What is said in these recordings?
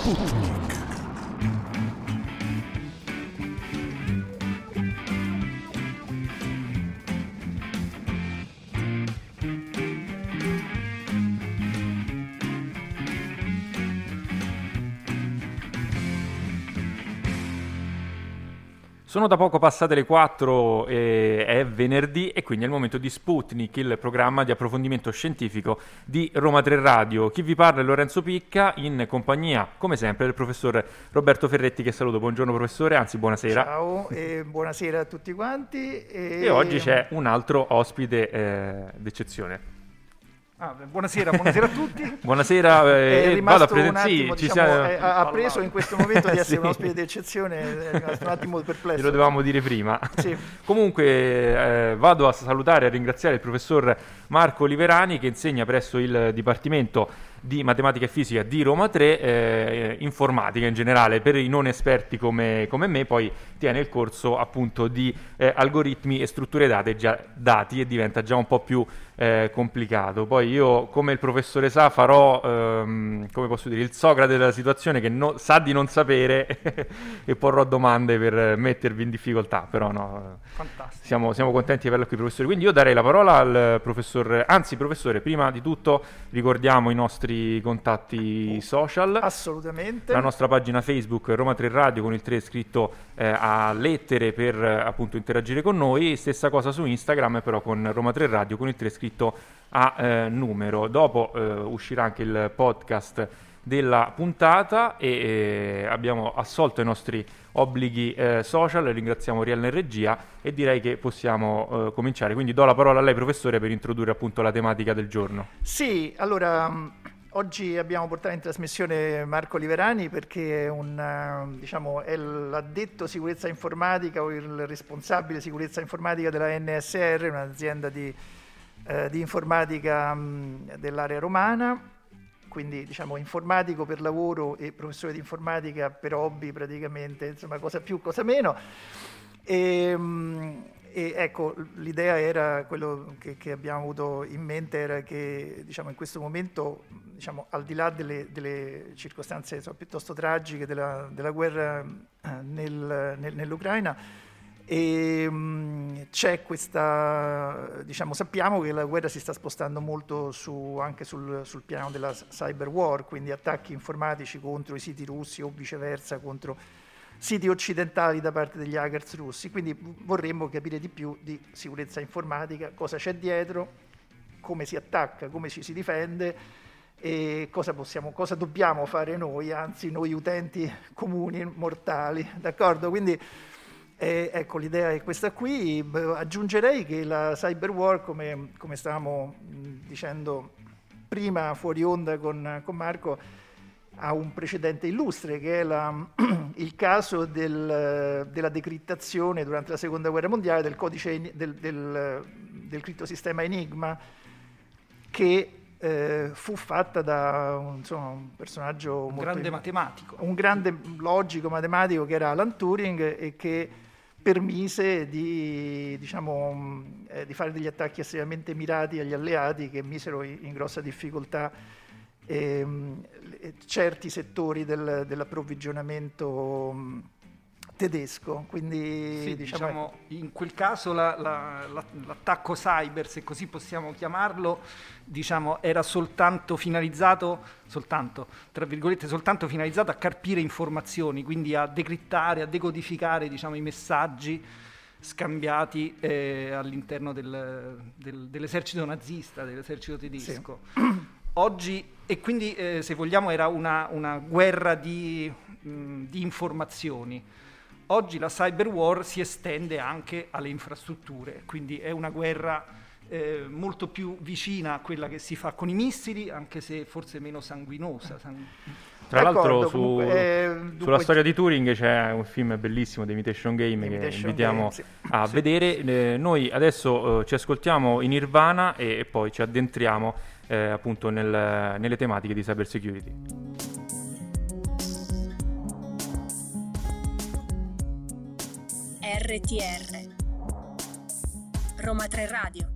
Sputnik. Sono da poco passate le 4 e è venerdì e quindi è il momento di Sputnik, il programma di approfondimento scientifico di Roma 3 Radio. Chi vi parla è Lorenzo Picca, in compagnia, come sempre, del professor Roberto Ferretti, che saluto. Buongiorno professore, anzi buonasera. Ciao e buonasera a tutti quanti. E oggi c'è un altro ospite d'eccezione. Buonasera a tutti. Buonasera, vado a presentare. Sì, ha preso in questo momento di essere un ospite d'eccezione, è rimasto un attimo perplesso. Lo dovevamo dire prima. Sì. Comunque vado a salutare e a ringraziare il professor Marco Liverani, che insegna presso il Dipartimento di Matematica e Fisica di Roma 3, informatica in generale, per i non esperti come me, poi tiene il corso appunto di algoritmi e strutture dati e diventa già un po' più complicato. Poi io, come il professore sa, farò come posso dire, il Socrate della situazione, che sa di non sapere e porrò domande per mettervi in difficoltà, però no, fantastico. Siamo contenti di averlo qui, professore. Quindi io darei la parola al professor, anzi professore, prima di tutto ricordiamo i nostri contatti social. Assolutamente. La nostra pagina Facebook Roma 3 Radio con il 3 scritto a lettere per appunto interagire con noi, stessa cosa su Instagram però con Roma 3 Radio con il 3 scritto a numero. Dopo uscirà anche il podcast della puntata e abbiamo assolto i nostri obblighi social. Ringraziamo Rielna in regia e direi che possiamo cominciare, quindi do la parola a lei professore per introdurre appunto la tematica del giorno. Sì, allora oggi abbiamo portato in trasmissione Marco Liverani perché è è l'addetto sicurezza informatica o il responsabile sicurezza informatica della NSR, un'azienda di informatica dell'area romana, quindi diciamo informatico per lavoro e professore di informatica per hobby praticamente, insomma cosa più, cosa meno. E ecco, l'idea era, quello che abbiamo avuto in mente era che diciamo in questo momento, diciamo al di là delle circostanze piuttosto tragiche della guerra nell'Ucraina, c'è questa, diciamo, sappiamo che la guerra si sta spostando molto anche sul piano della cyber war, quindi attacchi informatici contro i siti russi o viceversa contro siti occidentali da parte degli hackers russi. Quindi vorremmo capire di più di sicurezza informatica, cosa c'è dietro, come si attacca, come ci si difende e cosa dobbiamo fare noi, anzi noi utenti comuni, mortali, d'accordo? Quindi ecco, l'idea è questa qui. Aggiungerei che la cyber war, come stavamo dicendo prima fuori onda con Marco, ha un precedente illustre che è il caso della decrittazione durante la seconda guerra mondiale del codice del crittosistema Enigma, che fu fatta da un personaggio grande matematico, un grande logico matematico che era Alan Turing, e che permise di fare degli attacchi estremamente mirati agli alleati che misero in grossa difficoltà certi settori dell'approvvigionamento tedesco. Quindi sì, diciamo in quel caso l'attacco cyber, se così possiamo chiamarlo, diciamo era soltanto finalizzato a carpire informazioni, quindi a decrittare, a decodificare, diciamo, i messaggi scambiati all'interno dell'esercito nazista, dell'esercito tedesco. Sì. Oggi, e quindi se vogliamo era una guerra di informazioni. Oggi la cyber war si estende anche alle infrastrutture, quindi è una guerra molto più vicina a quella che si fa con i missili, anche se forse meno sanguinosa. Tra l'altro sulla storia di Turing c'è un film bellissimo, The Imitation Game, che invitiamo a vedere. Noi adesso ci ascoltiamo in Nirvana e poi ci addentriamo appunto nelle tematiche di cyber security. RTR Roma 3 Radio.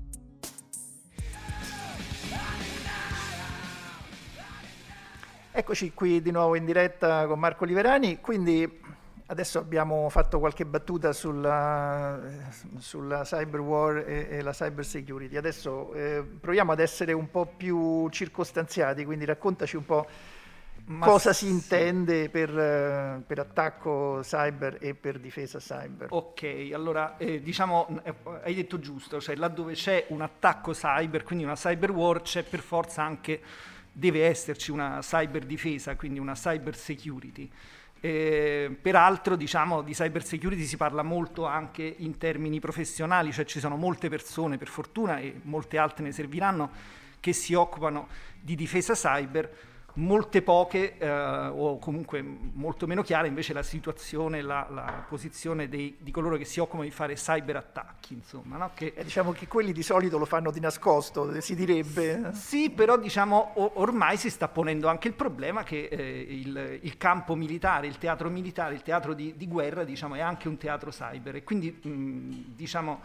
Eccoci qui di nuovo in diretta con Marco Liverani, quindi adesso abbiamo fatto qualche battuta sulla cyber war e la cyber security. Adesso proviamo ad essere un po' più circostanziati, quindi raccontaci un po' cosa si intende per attacco cyber e per difesa cyber. Ok, allora diciamo, hai detto giusto, cioè laddove c'è un attacco cyber, quindi una cyber war, c'è per forza anche, deve esserci una cyber difesa, quindi una cyber security. Peraltro, diciamo, di cyber security si parla molto anche in termini professionali, cioè ci sono molte persone, per fortuna, e molte altre ne serviranno, che si occupano di difesa cyber. Molte poche o comunque molto meno chiara invece la situazione, la posizione di coloro che si occupano di fare cyberattacchi, insomma, no? Diciamo che quelli di solito lo fanno di nascosto, si direbbe. Sì, però diciamo ormai si sta ponendo anche il problema che il campo militare, il teatro militare, il teatro di guerra, diciamo, è anche un teatro cyber, e quindi diciamo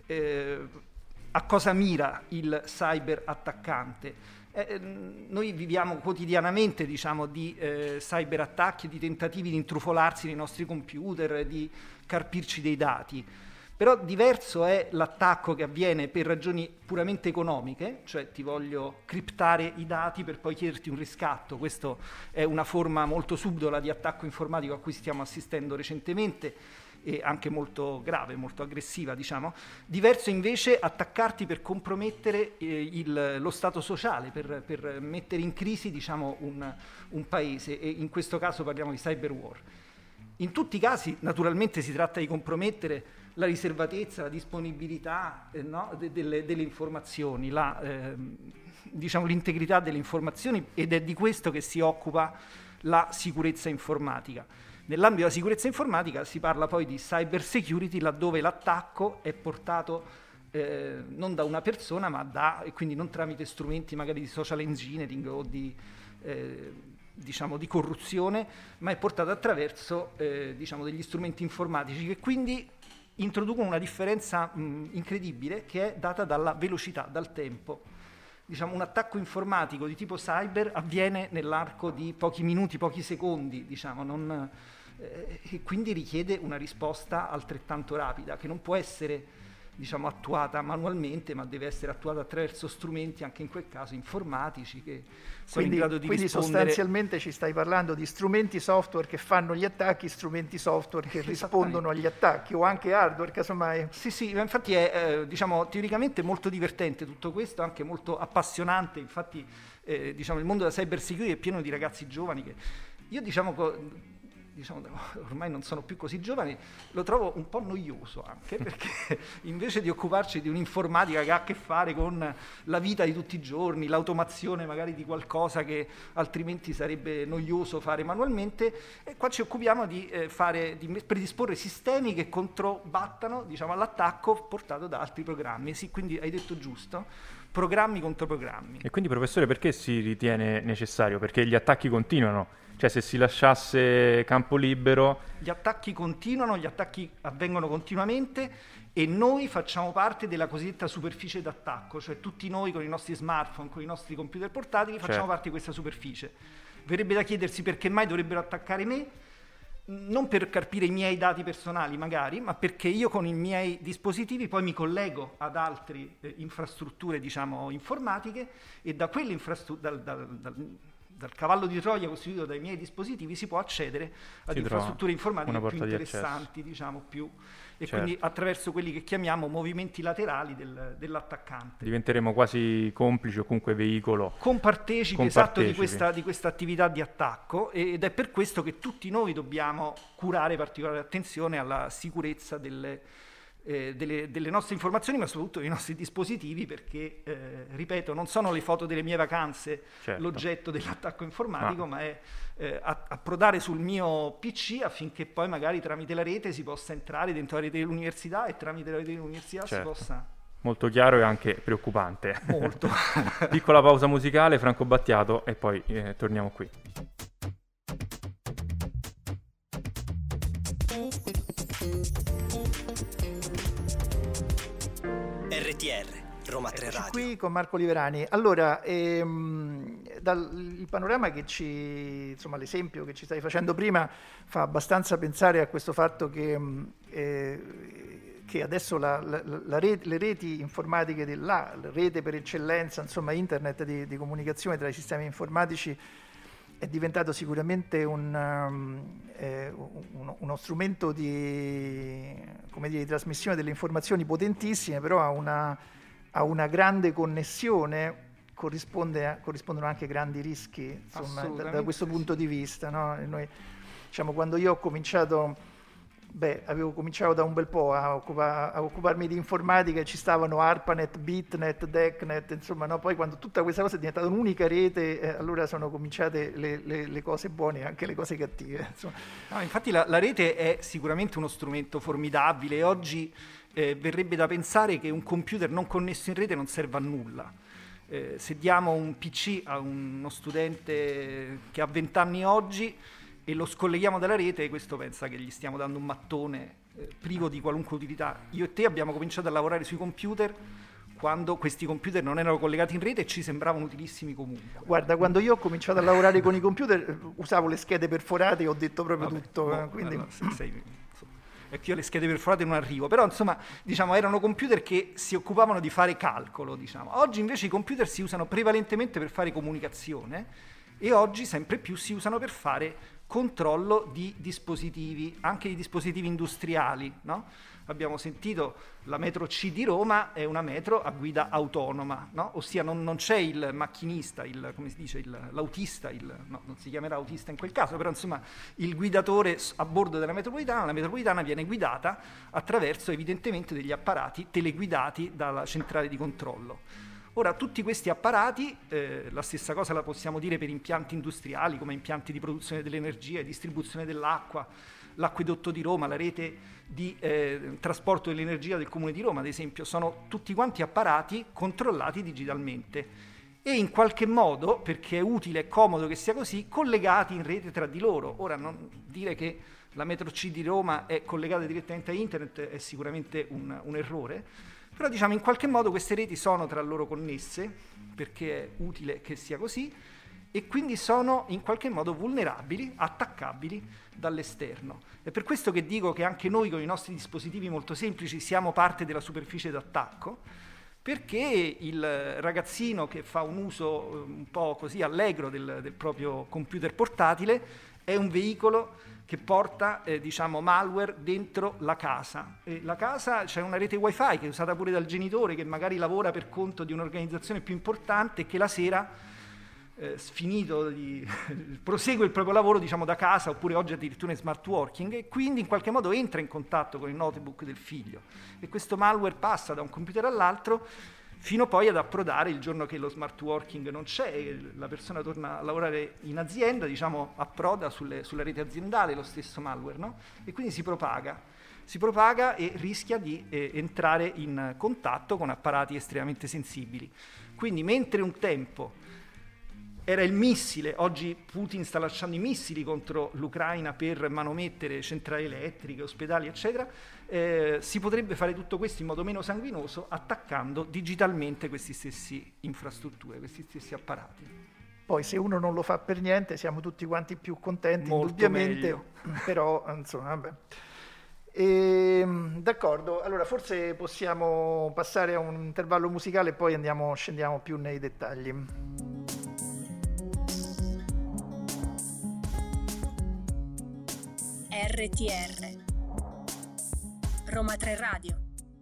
a cosa mira il cyber attaccante? Noi viviamo quotidianamente, diciamo, di cyberattacchi, di tentativi di intrufolarsi nei nostri computer, di carpirci dei dati. Però diverso è l'attacco che avviene per ragioni puramente economiche, cioè ti voglio criptare i dati per poi chiederti un riscatto. Questa è una forma molto subdola di attacco informatico a cui stiamo assistendo recentemente, e anche molto grave, molto aggressiva, diciamo. Diverso invece attaccarti per compromettere lo stato sociale, per mettere in crisi, diciamo, un paese, e in questo caso parliamo di cyber war. In tutti i casi naturalmente si tratta di compromettere la riservatezza, la disponibilità no, delle informazioni, diciamo, l'integrità delle informazioni, ed è di questo che si occupa la sicurezza informatica. Nell'ambito della sicurezza informatica si parla poi di cyber security, laddove l'attacco è portato non da una persona, e quindi non tramite strumenti magari di social engineering o diciamo di corruzione, ma è portato attraverso diciamo degli strumenti informatici, che quindi introducono una differenza incredibile, che è data dalla velocità, dal tempo. Diciamo, un attacco informatico di tipo cyber avviene nell'arco di pochi minuti, pochi secondi, diciamo, e quindi richiede una risposta altrettanto rapida, che non può essere, diciamo, attuata manualmente, ma deve essere attuata attraverso strumenti, anche in quel caso informatici, che sono in grado di rispondere. Quindi sostanzialmente ci stai parlando di strumenti software che fanno gli attacchi, strumenti software che rispondono agli attacchi, o anche hardware, casomai. Sì, infatti è diciamo, teoricamente molto divertente tutto questo, anche molto appassionante. Infatti diciamo, il mondo della cyber security è pieno di ragazzi giovani che io diciamo ormai non sono più così giovani, lo trovo un po' noioso, anche perché invece di occuparci di un'informatica che ha a che fare con la vita di tutti i giorni, l'automazione magari di qualcosa che altrimenti sarebbe noioso fare manualmente, qua ci occupiamo di predisporre sistemi che controbattano, diciamo, all'attacco portato da altri programmi. Sì, quindi hai detto giusto, programmi contro programmi. E quindi, professore, perché si ritiene necessario? Perché gli attacchi continuano. Cioè, se si lasciasse campo libero... Gli attacchi continuano, gli attacchi avvengono continuamente, e noi facciamo parte della cosiddetta superficie d'attacco, cioè tutti noi con i nostri smartphone, con i nostri computer portatili, facciamo parte di questa superficie. Verrebbe da chiedersi perché mai dovrebbero attaccare me, non per carpire i miei dati personali magari, ma perché io con i miei dispositivi poi mi collego ad altre infrastrutture, diciamo, informatiche, e da quelle dal cavallo di Troia costituito dai miei dispositivi si può accedere ad infrastrutture informatiche più interessanti, diciamo, e quindi attraverso quelli che chiamiamo movimenti laterali dell'attaccante. Diventeremo quasi complici o comunque veicolo. Compartecipi. Esatto, di questa attività di attacco, ed è per questo che tutti noi dobbiamo curare particolare attenzione alla sicurezza delle nostre informazioni, ma soprattutto dei nostri dispositivi, perché ripeto, non sono le foto delle mie vacanze l'oggetto dell'attacco informatico, ma è approdare sul mio PC affinché poi magari tramite la rete si possa entrare dentro la rete dell'università, e tramite la rete dell'università si possa... Molto chiaro e anche preoccupante. Molto. Piccola pausa musicale, Franco Battiato, e poi torniamo qui. RTR, Roma 3 Radio. Qui con Marco Liverani. Allora, il panorama l'esempio che ci stai facendo prima fa abbastanza pensare a questo fatto che adesso le reti informatiche, la rete per eccellenza, insomma internet di comunicazione tra i sistemi informatici è diventato sicuramente uno strumento di trasmissione delle informazioni potentissime, però a una grande connessione corrispondono anche grandi rischi, insomma, da questo punto di vista, no? Noi, quando io ho cominciato, avevo cominciato da un bel po' a occuparmi di informatica e ci stavano ARPANET, BitNet, DECnet, insomma, no? Poi quando tutta questa cosa è diventata un'unica rete, allora sono cominciate le cose buone e anche le cose cattive. No, infatti la rete è sicuramente uno strumento formidabile e oggi verrebbe da pensare che un computer non connesso in rete non serve a nulla. Se diamo un PC a uno studente che ha 20 anni oggi e lo scolleghiamo dalla rete, questo pensa che gli stiamo dando un mattone privo di qualunque utilità. Io e te abbiamo cominciato a lavorare sui computer quando questi computer non erano collegati in rete e ci sembravano utilissimi comunque. Guarda, quando io ho cominciato a lavorare con i computer usavo le schede perforate e ho detto proprio tutto. Quindi... Ecco, io le schede perforate non arrivo, però insomma, erano computer che si occupavano di fare calcolo, Oggi invece i computer si usano prevalentemente per fare comunicazione e oggi sempre più si usano per fare controllo di dispositivi, anche di dispositivi industriali, no? Abbiamo sentito la metro C di Roma è una metro a guida autonoma, no? Ossia non c'è il macchinista, l'autista, non si chiamerà autista in quel caso, però insomma il guidatore a bordo della metropolitana. La metropolitana viene guidata attraverso evidentemente degli apparati teleguidati dalla centrale di controllo. Ora, tutti questi apparati, la stessa cosa la possiamo dire per impianti industriali come impianti di produzione dell'energia e distribuzione dell'acqua, l'acquedotto di Roma, la rete di trasporto dell'energia del Comune di Roma, ad esempio, sono tutti quanti apparati controllati digitalmente e in qualche modo, perché è utile e comodo che sia così, collegati in rete tra di loro. Ora, non dire che la metro C di Roma è collegata direttamente a internet è sicuramente un errore, però in qualche modo queste reti sono tra loro connesse, perché è utile che sia così, e quindi sono in qualche modo vulnerabili, attaccabili dall'esterno. È per questo che dico che anche noi con i nostri dispositivi molto semplici siamo parte della superficie d'attacco, perché il ragazzino che fa un uso un po' così allegro del proprio computer portatile è un veicolo che porta malware dentro la casa. E la casa c'è una rete wifi che è usata pure dal genitore che magari lavora per conto di un'organizzazione più importante e che la sera prosegue il proprio lavoro da casa, oppure oggi addirittura in smart working, e quindi in qualche modo entra in contatto con il notebook del figlio e questo malware passa da un computer all'altro fino poi ad approdare il giorno che lo smart working non c'è e la persona torna a lavorare in azienda, approda sulla rete aziendale lo stesso malware, no? E quindi si propaga e rischia di entrare in contatto con apparati estremamente sensibili. Quindi mentre un tempo era il missile, oggi Putin sta lanciando i missili contro l'Ucraina per manomettere centrali elettriche, ospedali, eccetera, si potrebbe fare tutto questo in modo meno sanguinoso attaccando digitalmente queste stesse infrastrutture, questi stessi apparati. Poi se uno non lo fa per niente siamo tutti quanti più contenti, molto indubbiamente, meglio. Però insomma, vabbè. D'accordo, allora forse possiamo passare a un intervallo musicale e poi scendiamo più nei dettagli. RTR Roma 3 Radio.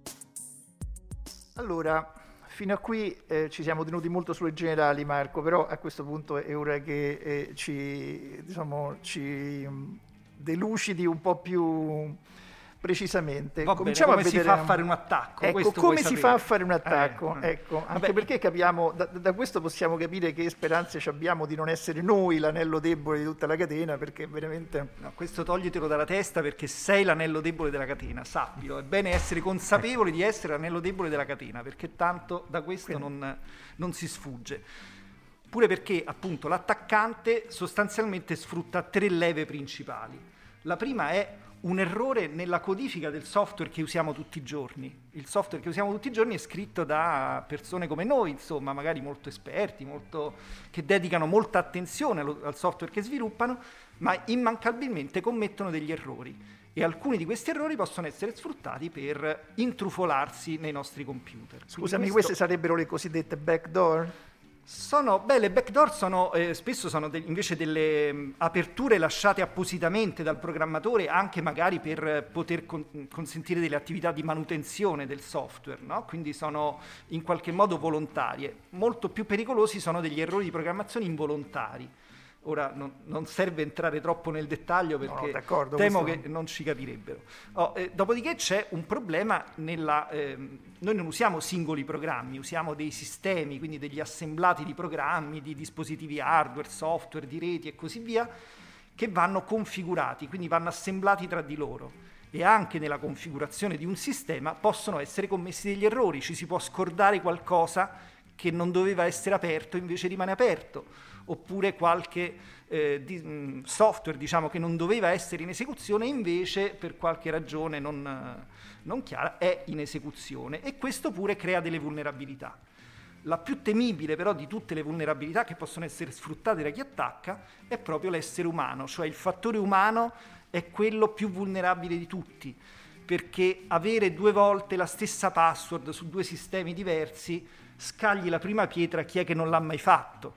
Allora, fino a qui ci siamo tenuti molto sulle generali, Marco, però a questo punto è ora che ci delucidi un po' più precisamente. Va bene, come si fa a fare un attacco? Ecco, come si fa a fare un attacco? Ecco, anche perché capiamo, da questo possiamo capire che speranze abbiamo di non essere noi l'anello debole di tutta la catena, perché veramente... No, questo toglitelo dalla testa perché sei l'anello debole della catena, sappilo. È bene essere consapevoli di essere l'anello debole della catena, perché tanto da questo non si sfugge. Pure perché, appunto, l'attaccante sostanzialmente sfrutta 3 leve principali. La prima è un errore nella codifica del software che usiamo tutti i giorni. Il software che usiamo tutti i giorni è scritto da persone come noi, insomma, magari molto esperti, che dedicano molta attenzione al software che sviluppano, ma immancabilmente commettono degli errori. E alcuni di questi errori possono essere sfruttati per intrufolarsi nei nostri computer. Scusami, queste sarebbero le cosiddette backdoor? Le backdoor spesso sono invece delle aperture lasciate appositamente dal programmatore, anche magari per poter consentire delle attività di manutenzione del software, no? Quindi sono in qualche modo volontarie. Molto più pericolosi sono degli errori di programmazione involontari. Ora non serve entrare troppo nel dettaglio perché temo che non ci capirebbero. Dopodiché c'è un problema noi non usiamo singoli programmi, usiamo dei sistemi, quindi degli assemblati di programmi, di dispositivi hardware, software, di reti e così via, che vanno configurati, quindi vanno assemblati tra di loro. E anche nella configurazione di un sistema possono essere commessi degli errori, ci si può scordare qualcosa che non doveva essere aperto, invece rimane aperto. Oppure qualche software, diciamo, che non doveva essere in esecuzione, invece per qualche ragione non chiara è in esecuzione, e questo pure crea delle vulnerabilità. La più temibile però di tutte le vulnerabilità che possono essere sfruttate da chi attacca è proprio l'essere umano, cioè il fattore umano è quello più vulnerabile di tutti, perché avere 2 volte la stessa password su 2 sistemi diversi scagli la prima pietra a chi è che non l'ha mai fatto.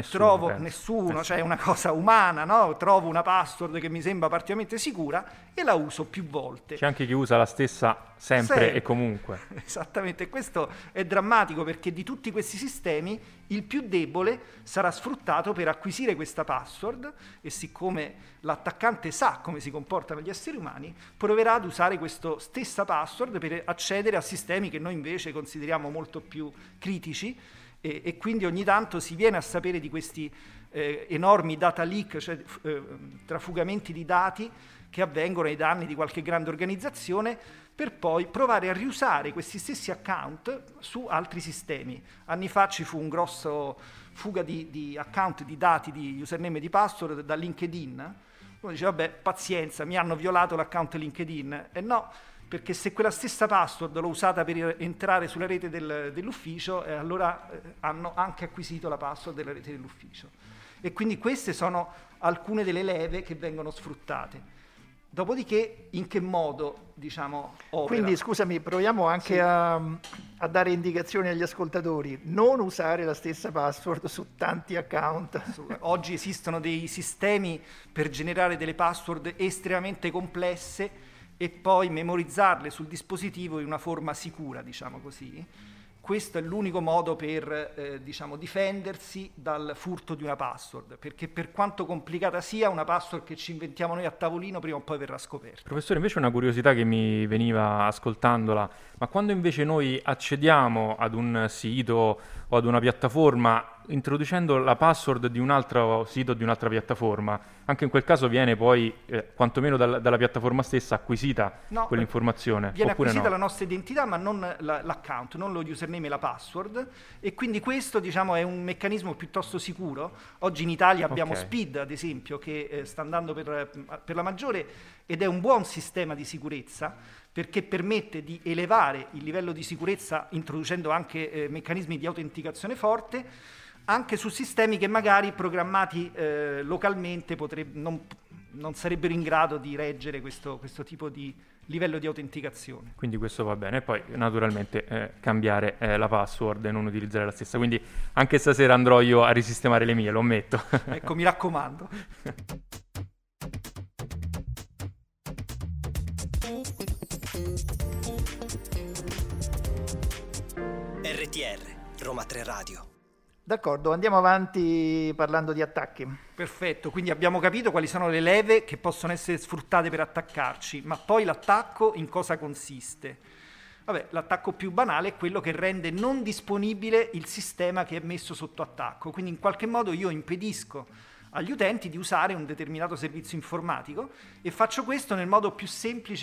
Nessuno, cioè è una cosa umana, no? Trovo una password che mi sembra particolarmente sicura e la uso più volte. C'è anche chi usa la stessa sempre e comunque. Esattamente, questo è drammatico perché di tutti questi sistemi il più debole sarà sfruttato per acquisire questa password, e siccome l'attaccante sa come si comportano gli esseri umani, proverà ad usare questa stessa password per accedere a sistemi che noi invece consideriamo molto più critici. E quindi ogni tanto si viene a sapere di questi enormi data leak, cioè trafugamenti di dati che avvengono ai danni di qualche grande organizzazione, per poi provare a riusare questi stessi account su altri sistemi. Anni fa ci fu un grosso fuga di account, di dati, di username e di password da LinkedIn. Uno dice, vabbè, pazienza, mi hanno violato l'account LinkedIn. E no, perché se quella stessa password l'ho usata per entrare sulla rete dell'ufficio, allora hanno anche acquisito la password della rete dell'ufficio. E quindi queste sono alcune delle leve che vengono sfruttate. Dopodiché, in che modo, diciamo, opera? Quindi, scusami, proviamo anche a dare indicazioni agli ascoltatori. Non usare la stessa password su tanti account. Oggi esistono dei sistemi per generare delle password estremamente complesse e poi memorizzarle sul dispositivo in una forma sicura, diciamo così. Questo è l'unico modo per difendersi dal furto di una password, perché per quanto complicata sia, una password che ci inventiamo noi a tavolino prima o poi verrà scoperta. Professore, invece una curiosità che mi veniva ascoltandola, ma quando invece noi accediamo ad un sito o ad una piattaforma introducendo la password di un altro sito o di un'altra piattaforma, anche in quel caso viene poi, quantomeno dalla piattaforma stessa, acquisita quell'informazione? Viene acquisita no? la nostra identità, ma non l'account, non lo username e la password, e quindi questo, diciamo, è un meccanismo piuttosto sicuro. Oggi in Italia abbiamo Speed, ad esempio, che sta andando per la maggiore, ed è un buon sistema di sicurezza, perché permette di elevare il livello di sicurezza introducendo anche meccanismi di autenticazione forte, anche su sistemi che magari programmati localmente non sarebbero in grado di reggere questo tipo di livello di autenticazione. Quindi questo va bene. E poi naturalmente cambiare la password e non utilizzare la stessa. Quindi anche stasera andrò io a risistemare le mie, lo ammetto. Ecco, mi raccomando. RTR, Roma 3 Radio. D'accordo, andiamo avanti parlando di attacchi. Perfetto, quindi abbiamo capito quali sono le leve che possono essere sfruttate per attaccarci, ma poi l'attacco in cosa consiste? Vabbè, l'attacco più banale è quello che rende non disponibile il sistema che è messo sotto attacco, quindi in qualche modo io impedisco agli utenti di usare un determinato servizio informatico, e faccio questo nel modo più semplice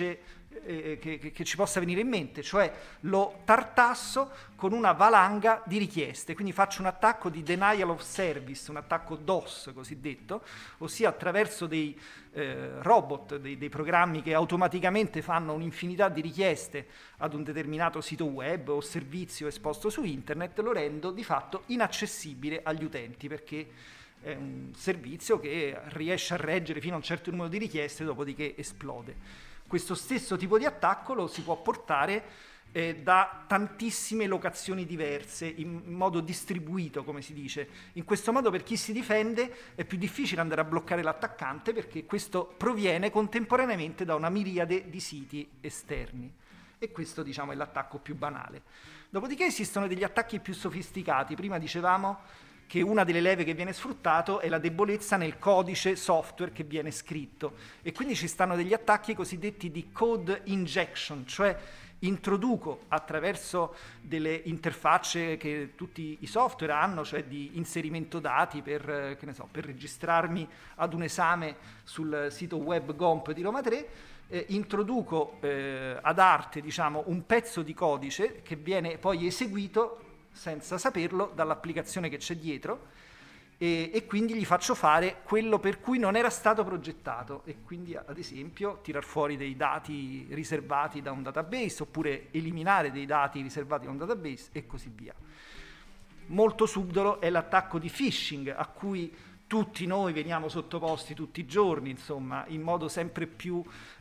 che ci possa venire in mente, cioè lo tartasso con una valanga di richieste, quindi faccio un attacco di denial of service, un attacco DOS cosiddetto, ossia attraverso dei robot, dei programmi che automaticamente fanno un'infinità di richieste ad un determinato sito web o servizio esposto su internet, lo rendo di fatto inaccessibile agli utenti, perché è un servizio che riesce a reggere fino a un certo numero di richieste, dopodiché esplode. Questo stesso tipo di attacco lo si può portare da tantissime locazioni diverse, in modo distribuito, come si dice. In questo modo, per chi si difende è più difficile andare a bloccare l'attaccante, perché questo proviene contemporaneamente da una miriade di siti esterni. E questo, diciamo, è l'attacco più banale. Dopodiché esistono degli attacchi più sofisticati. Prima dicevamo che una delle leve che viene sfruttato è la debolezza nel codice software che viene scritto, e quindi ci stanno degli attacchi cosiddetti di code injection, cioè introduco attraverso delle interfacce che tutti i software hanno, cioè di inserimento dati per, che ne so, per registrarmi ad un esame sul sito web GOMP di Roma 3, introduco ad arte, diciamo, un pezzo di codice che viene poi eseguito senza saperlo dall'applicazione che c'è dietro, e quindi gli faccio fare quello per cui non era stato progettato, e quindi ad esempio tirar fuori dei dati riservati da un database, oppure eliminare dei dati riservati da un database, e così via. Molto subdolo è l'attacco di phishing, a cui tutti noi veniamo sottoposti tutti i giorni, insomma, in modo sempre più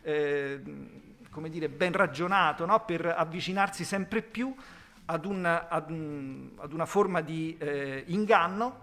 come dire, ben ragionato, no? Per avvicinarsi sempre più ad una forma di inganno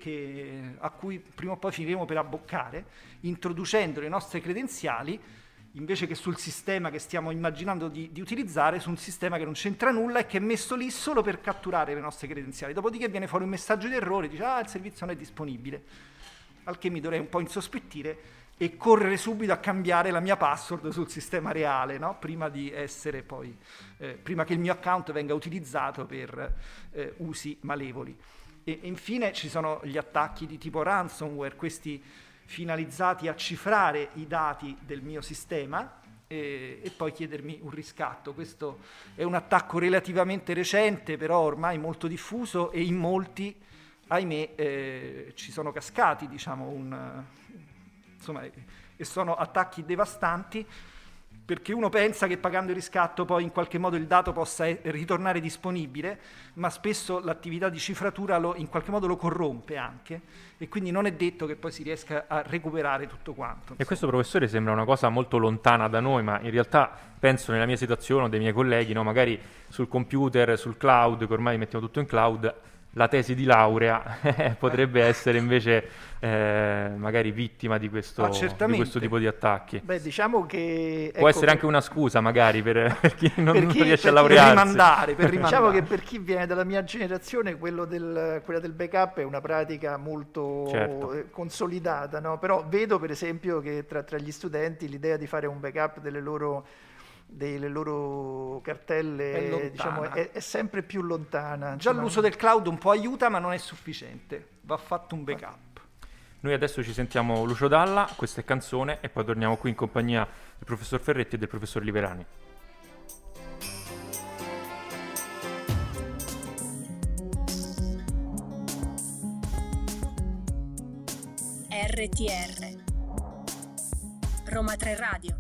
a cui prima o poi finiremo per abboccare, introducendo le nostre credenziali, invece che sul sistema che stiamo immaginando di utilizzare, su un sistema che non c'entra nulla e che è messo lì solo per catturare le nostre credenziali. Dopodiché viene fuori un messaggio di errore, dice il servizio non è disponibile, al che mi dovrei un po' insospettire e correre subito a cambiare la mia password sul sistema reale, no? Prima di essere poi, prima che il mio account venga utilizzato per usi malevoli. E infine ci sono gli attacchi di tipo ransomware, questi finalizzati a cifrare i dati del mio sistema e poi chiedermi un riscatto. Questo è un attacco relativamente recente, però ormai molto diffuso, e in molti, ahimè, ci sono cascati, diciamo, insomma, e sono attacchi devastanti, perché uno pensa che pagando il riscatto poi in qualche modo il dato possa ritornare disponibile, ma spesso l'attività di cifratura in qualche modo lo corrompe anche, e quindi non è detto che poi si riesca a recuperare tutto quanto. Insomma. E questo, professore, sembra una cosa molto lontana da noi, ma in realtà penso nella mia situazione o dei miei colleghi, no? Magari sul computer, sul cloud, che ormai mettiamo tutto in cloud, la tesi di laurea potrebbe essere invece magari vittima di questo tipo di attacchi. Beh, diciamo che può essere anche una scusa magari per chi non riesce a laurearsi. Per rimandare. Diciamo che per chi viene dalla mia generazione quella del backup è una pratica molto consolidata, no? Però vedo per esempio che tra gli studenti l'idea di fare un backup delle loro cartelle è sempre più lontana. Già l'uso del cloud un po' aiuta, ma non è sufficiente, va fatto un backup. Noi adesso ci sentiamo Lucio Dalla, questa è Canzone, e poi torniamo qui in compagnia del professor Ferretti e del professor Liverani. RTR Roma 3 Radio.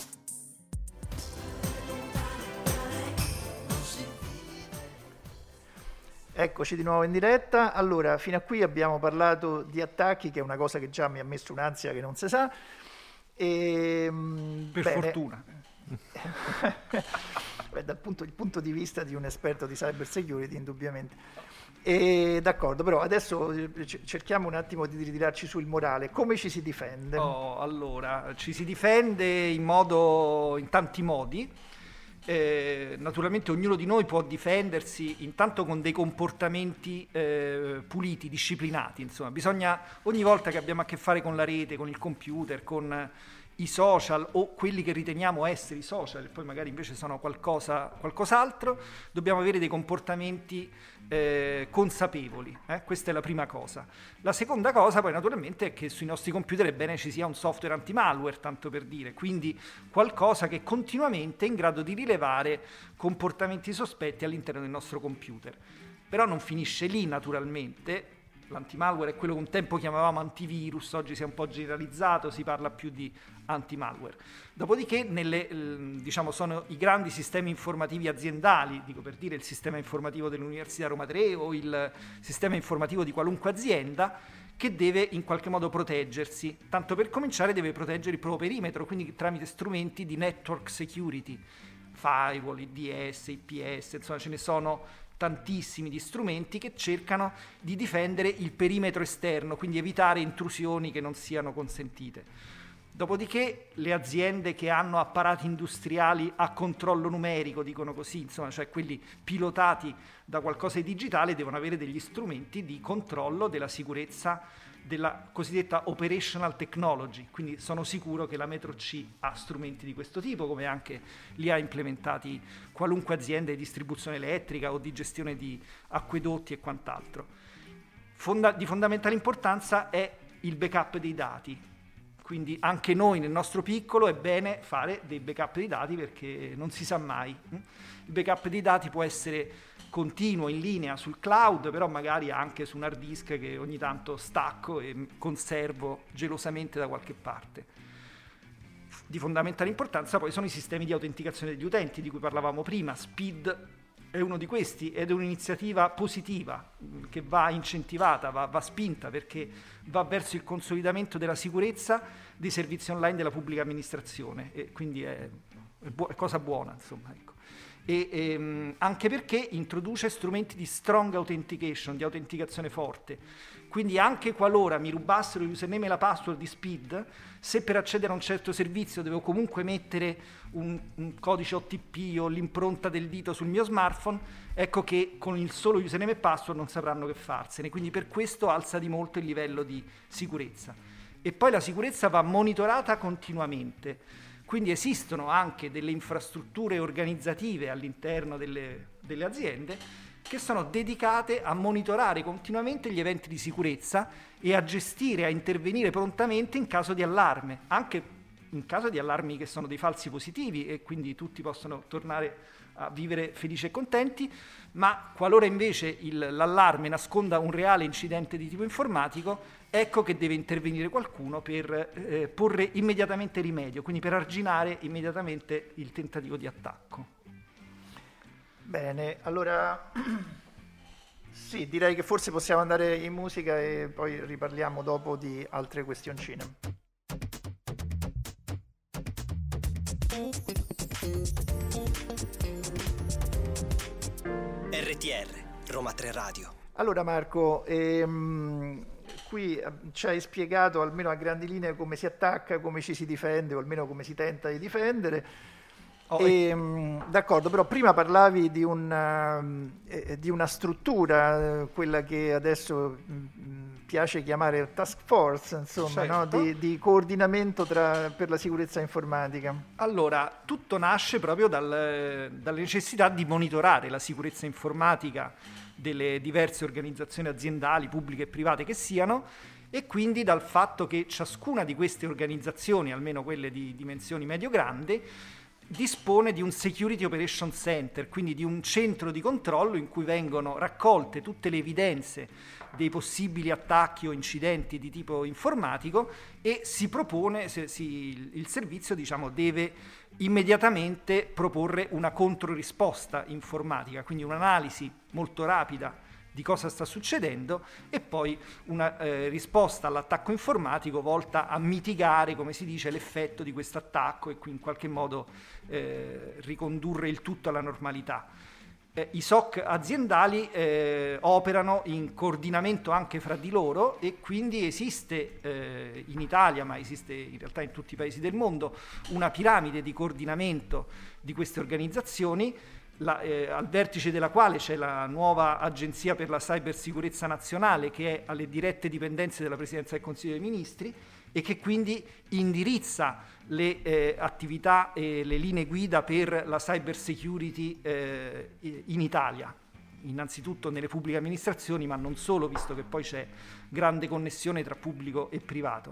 Eccoci di nuovo in diretta. Allora, fino a qui abbiamo parlato di attacchi, che è una cosa che già mi ha messo un'ansia che non si sa. Fortuna. Beh, il punto di vista di un esperto di cyber security, indubbiamente. D'accordo, però adesso cerchiamo un attimo di ritirarci sul morale. Come ci si difende? Allora, ci si difende in tanti modi. Naturalmente ognuno di noi può difendersi intanto con dei comportamenti puliti, disciplinati, insomma. Bisogna, ogni volta che abbiamo a che fare con la rete, con il computer, con i social o quelli che riteniamo essere i social, e poi magari invece sono qualcos'altro, dobbiamo avere dei comportamenti consapevoli. Questa è la prima cosa. La seconda cosa poi naturalmente è che sui nostri computer è bene ci sia un software anti-malware, tanto per dire, quindi qualcosa che continuamente è in grado di rilevare comportamenti sospetti all'interno del nostro computer. Però non finisce lì, naturalmente. L'antimalware è quello che un tempo chiamavamo antivirus, oggi si è un po' generalizzato, si parla più di antimalware. Dopodiché diciamo, sono i grandi sistemi informativi aziendali, dico per dire il sistema informativo dell'Università Roma 3 o il sistema informativo di qualunque azienda, che deve in qualche modo proteggersi. Tanto per cominciare deve proteggere il proprio perimetro, quindi tramite strumenti di network security, firewall, IDS, IPS, insomma ce ne sono tantissimi di strumenti che cercano di difendere il perimetro esterno, quindi evitare intrusioni che non siano consentite. Dopodiché le aziende che hanno apparati industriali a controllo numerico, dicono così, insomma, cioè quelli pilotati da qualcosa di digitale, devono avere degli strumenti di controllo della sicurezza della cosiddetta operational technology, quindi sono sicuro che la Metro C ha strumenti di questo tipo, come anche li ha implementati qualunque azienda di distribuzione elettrica o di gestione di acquedotti e quant'altro. Di fondamentale importanza è il backup dei dati, quindi anche noi nel nostro piccolo è bene fare dei backup dei dati perché non si sa mai. Il backup dei dati può essere continuo in linea sul cloud, però magari anche su un hard disk che ogni tanto stacco e conservo gelosamente da qualche parte. Di fondamentale importanza poi sono i sistemi di autenticazione degli utenti di cui parlavamo prima. SPID è uno di questi ed è un'iniziativa positiva che va incentivata, va spinta, perché va verso il consolidamento della sicurezza dei servizi online della pubblica amministrazione, e quindi è cosa buona, insomma, ecco. Anche perché introduce strumenti di strong authentication, di autenticazione forte, quindi anche qualora mi rubassero il username e la password di SPID, se per accedere a un certo servizio devo comunque mettere un codice OTP o l'impronta del dito sul mio smartphone, ecco che con il solo username e password non sapranno che farsene, quindi per questo alza di molto il livello di sicurezza. E poi la sicurezza va monitorata continuamente. Quindi esistono anche delle infrastrutture organizzative all'interno delle aziende che sono dedicate a monitorare continuamente gli eventi di sicurezza e a gestire, a intervenire prontamente in caso di allarme, anche in caso di allarmi che sono dei falsi positivi e quindi tutti possono tornare a vivere felici e contenti, ma qualora invece l'allarme nasconda un reale incidente di tipo informatico, ecco che deve intervenire qualcuno per porre immediatamente rimedio, quindi per arginare immediatamente il tentativo di attacco. Bene, allora sì, direi che forse possiamo andare in musica e poi riparliamo dopo di altre questioncine. RTR, Roma 3 Radio. Allora Marco, qui ci hai spiegato almeno a grandi linee come si attacca, come ci si difende, o almeno come si tenta di difendere. D'accordo, però prima parlavi di una struttura, quella che adesso piace chiamare task force, insomma, certo. No? Di coordinamento per la sicurezza informatica. Allora, tutto nasce proprio dalla necessità di monitorare la sicurezza informatica delle diverse organizzazioni aziendali, pubbliche e private che siano, e quindi dal fatto che ciascuna di queste organizzazioni, almeno quelle di dimensioni medio-grandi, dispone di un Security Operation Center, quindi di un centro di controllo in cui vengono raccolte tutte le evidenze dei possibili attacchi o incidenti di tipo informatico e si propone, il servizio deve immediatamente proporre una controrisposta informatica, quindi un'analisi molto rapida di cosa sta succedendo e poi una risposta all'attacco informatico volta a mitigare, come si dice, l'effetto di questo attacco e in qualche modo ricondurre il tutto alla normalità. I SOC aziendali operano in coordinamento anche fra di loro e quindi esiste in Italia, ma esiste in realtà in tutti i paesi del mondo, una piramide di coordinamento di queste organizzazioni, al vertice della quale c'è la nuova Agenzia per la Cybersicurezza Nazionale, che è alle dirette dipendenze della Presidenza del Consiglio dei Ministri, e che quindi indirizza le attività e le linee guida per la cyber security in Italia, innanzitutto nelle pubbliche amministrazioni, ma non solo, visto che poi c'è grande connessione tra pubblico e privato.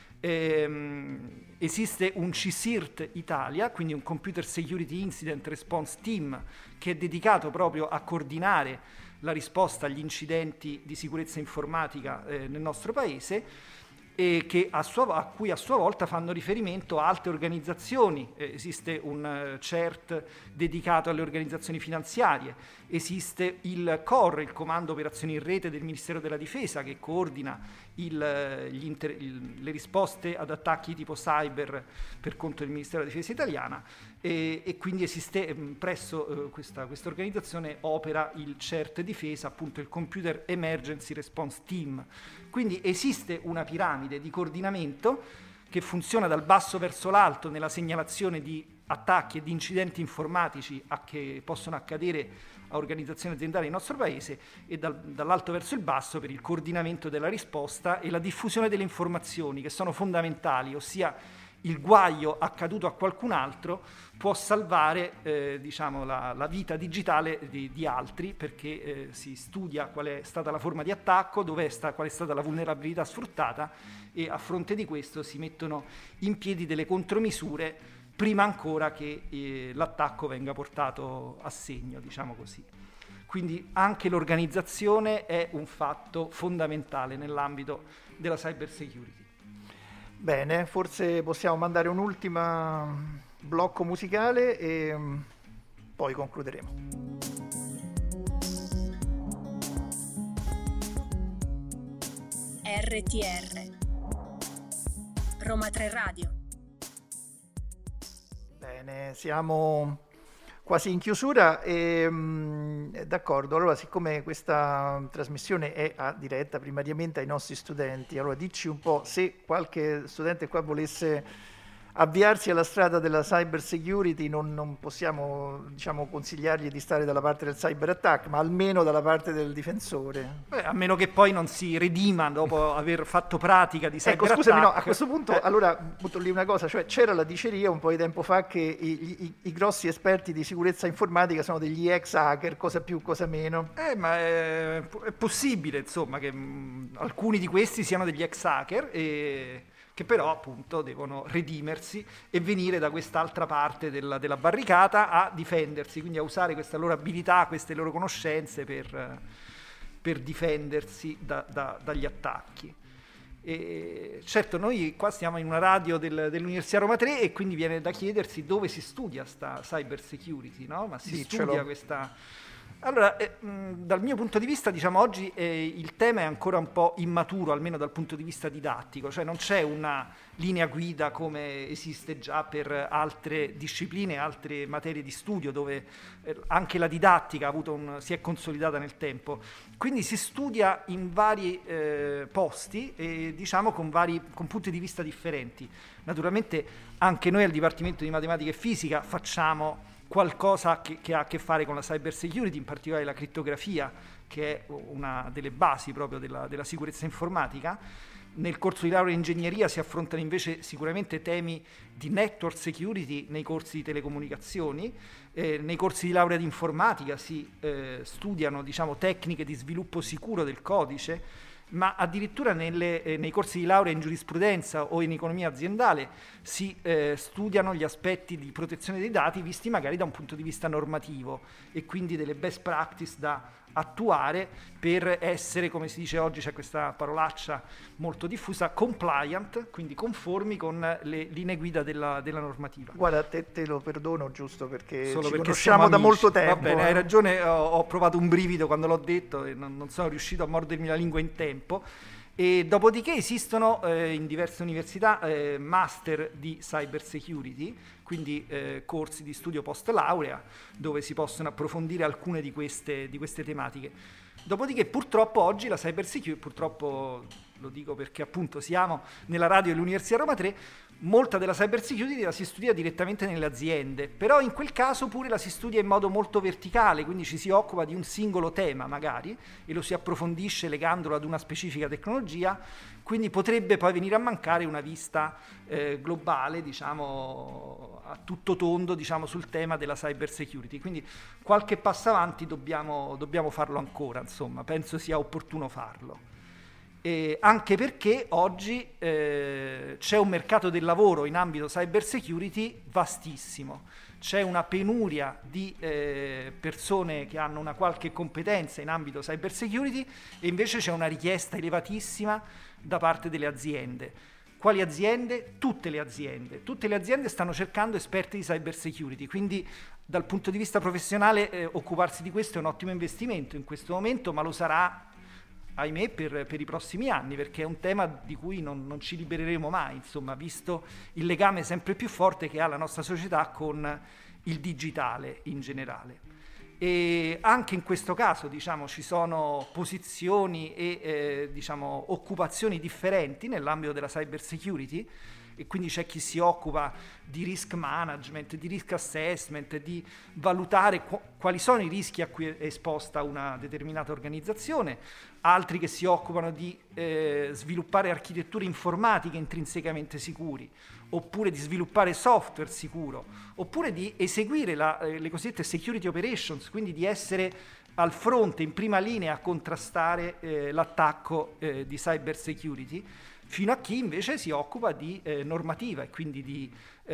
Esiste un CSIRT Italia, quindi un Computer Security Incident Response Team, che è dedicato proprio a coordinare la risposta agli incidenti di sicurezza informatica nel nostro paese, e che a cui a sua volta fanno riferimento altre organizzazioni. Esiste un CERT dedicato alle organizzazioni finanziarie, esiste il COR, il Comando Operazioni in Rete del Ministero della Difesa, che coordina le risposte ad attacchi tipo cyber per conto del Ministero della Difesa italiana, e quindi esiste presso questa organizzazione opera il CERT Difesa, appunto il Computer Emergency Response Team. Quindi esiste una piramide di coordinamento che funziona dal basso verso l'alto nella segnalazione di attacchi e di incidenti informatici che possono accadere a organizzazioni aziendali nel nostro paese, e dall'alto verso il basso per il coordinamento della risposta e la diffusione delle informazioni, che sono fondamentali, ossia il guaio accaduto a qualcun altro può salvare la vita digitale di altri, perché si studia qual è stata la forma di attacco, qual è stata la vulnerabilità sfruttata, e a fronte di questo si mettono in piedi delle contromisure prima ancora che l'attacco venga portato a segno, diciamo così. Quindi anche l'organizzazione è un fatto fondamentale nell'ambito della cyber security. Bene, forse possiamo mandare un ultimo blocco musicale e poi concluderemo. RTR Roma 3 Radio. Bene, siamo quasi in chiusura e d'accordo. Allora, siccome questa trasmissione è a diretta primariamente ai nostri studenti, allora dici un po' se qualche studente qua volesse avviarsi alla strada della cyber security, non possiamo, diciamo, consigliargli di stare dalla parte del cyber attack, ma almeno dalla parte del difensore. A meno che poi non si redima dopo aver fatto pratica di cyber attack. Scusami, no, a questo punto allora butto lì una cosa, cioè c'era la diceria un po' di tempo fa che i grossi esperti di sicurezza informatica sono degli ex hacker, cosa più, cosa meno. Ma è possibile, insomma, che alcuni di questi siano degli ex hacker e che però appunto devono redimersi e venire da quest'altra parte della barricata a difendersi, quindi a usare questa loro abilità, queste loro conoscenze per difendersi dagli attacchi. E certo, noi qua stiamo in una radio dell'Università Roma 3 e quindi viene da chiedersi dove si studia sta cyber security, no? Ma si studia questa... Allora, dal mio punto di vista, diciamo, oggi il tema è ancora un po' immaturo, almeno dal punto di vista didattico, cioè non c'è una linea guida come esiste già per altre discipline, altre materie di studio, dove anche la didattica si è consolidata nel tempo. Quindi si studia in vari posti e diciamo con punti di vista differenti. Naturalmente anche noi al Dipartimento di Matematica e Fisica facciamo qualcosa che ha a che fare con la cyber security, in particolare la crittografia, che è una delle basi proprio della sicurezza informatica. Nel corso di laurea in ingegneria si affrontano invece sicuramente temi di network security nei corsi di telecomunicazioni, nei corsi di laurea di informatica si studiano, diciamo, tecniche di sviluppo sicuro del codice, ma addirittura nei corsi di laurea in giurisprudenza o in economia aziendale si studiano gli aspetti di protezione dei dati visti magari da un punto di vista normativo e quindi delle best practice da attuare per essere, come si dice oggi, c'è questa parolaccia molto diffusa, compliant, quindi conformi con le linee guida della normativa. Guarda, te lo perdono giusto perché solo ci perché conosciamo da molto tempo. Va bene, hai ragione, ho provato un brivido quando l'ho detto e non sono riuscito a mordermi la lingua in tempo. E dopodiché esistono in diverse università master di cyber security, quindi corsi di studio post laurea dove si possono approfondire alcune di queste tematiche. Dopodiché purtroppo oggi la cyber security, purtroppo lo dico perché appunto siamo nella radio dell'Università Roma 3, molta della cyber security la si studia direttamente nelle aziende, però in quel caso pure la si studia in modo molto verticale, quindi ci si occupa di un singolo tema magari e lo si approfondisce legandolo ad una specifica tecnologia, quindi potrebbe poi venire a mancare una vista globale, diciamo, a tutto tondo, diciamo, sul tema della cyber security. Quindi qualche passo avanti dobbiamo farlo ancora, insomma, penso sia opportuno farlo. Anche perché oggi c'è un mercato del lavoro in ambito cyber security vastissimo, c'è una penuria di persone che hanno una qualche competenza in ambito cyber security e invece c'è una richiesta elevatissima da parte delle aziende. Quali aziende? Tutte le aziende stanno cercando esperti di cyber security, quindi dal punto di vista professionale occuparsi di questo è un ottimo investimento in questo momento, ma lo sarà, ahimè, per i prossimi anni, perché è un tema di cui non ci libereremo mai, insomma, visto il legame sempre più forte che ha la nostra società con il digitale in generale. E anche in questo caso, diciamo, ci sono posizioni e diciamo, occupazioni differenti nell'ambito della cyber security, e quindi c'è chi si occupa di risk management, di risk assessment, di valutare quali sono i rischi a cui è esposta una determinata organizzazione, altri che si occupano di sviluppare architetture informatiche intrinsecamente sicuri, oppure di sviluppare software sicuro, oppure di eseguire le cosiddette security operations, quindi di essere al fronte, in prima linea, a contrastare l'attacco di cyber security, fino a chi invece si occupa di normativa e quindi di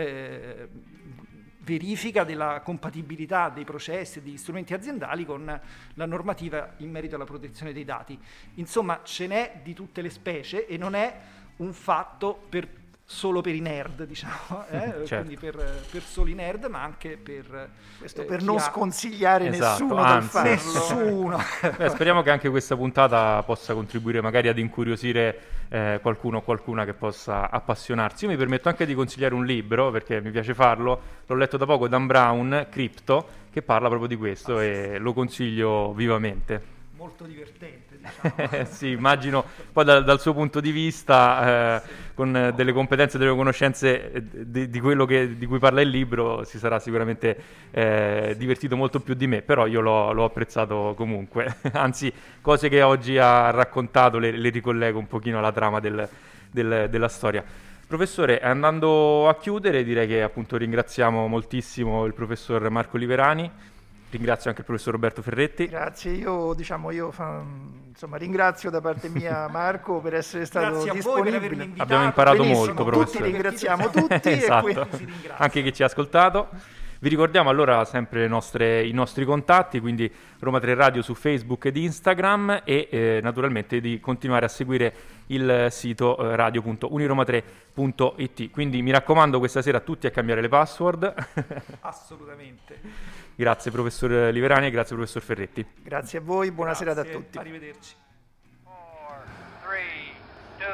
verifica della compatibilità dei processi e degli strumenti aziendali con la normativa in merito alla protezione dei dati. Insomma, ce n'è di tutte le specie e non è un fatto solo per i nerd, diciamo, certo. Quindi per soli nerd, ma anche per questo per non sconsigliare nessuno anzi, dal farlo. Nessuno. Speriamo che anche questa puntata possa contribuire magari ad incuriosire qualcuno o qualcuna che possa appassionarsi. Io mi permetto anche di consigliare un libro, perché mi piace farlo, l'ho letto da poco, Dan Brown, Crypto, che parla proprio di questo e lo consiglio vivamente. Molto divertente, diciamo. Sì, immagino poi dal suo punto di vista, con delle competenze, delle conoscenze di quello di cui parla il libro, si sarà sicuramente divertito molto più di me, però io l'ho apprezzato comunque. Anzi, cose che oggi ha raccontato le ricollego un pochino alla trama della storia. Professore, andando a chiudere, direi che appunto ringraziamo moltissimo il professor Marco Liverani. Ringrazio anche il professor Roberto Ferretti. Grazie, io ringrazio da parte mia Marco per essere stato disponibile. Abbiamo imparato Benissimo, molto, professore. Tutti ringraziamo tutti Esatto. e Anche chi ci ha ascoltato. Vi ricordiamo allora sempre i nostri contatti, quindi Roma 3 Radio su Facebook ed Instagram e naturalmente di continuare a seguire il sito radio.uniroma3.it. Quindi mi raccomando questa sera a tutti a cambiare le password. Assolutamente. Grazie professor Liverani e grazie professor Ferretti. Grazie a voi, buonasera a tutti. Arrivederci. 4, 3,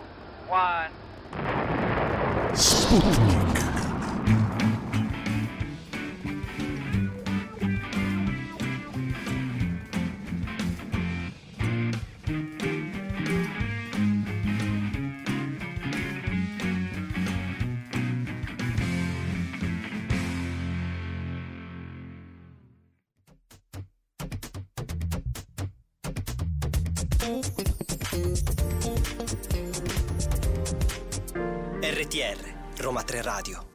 2, 1. Sputnik. RTR, Roma 3 Radio.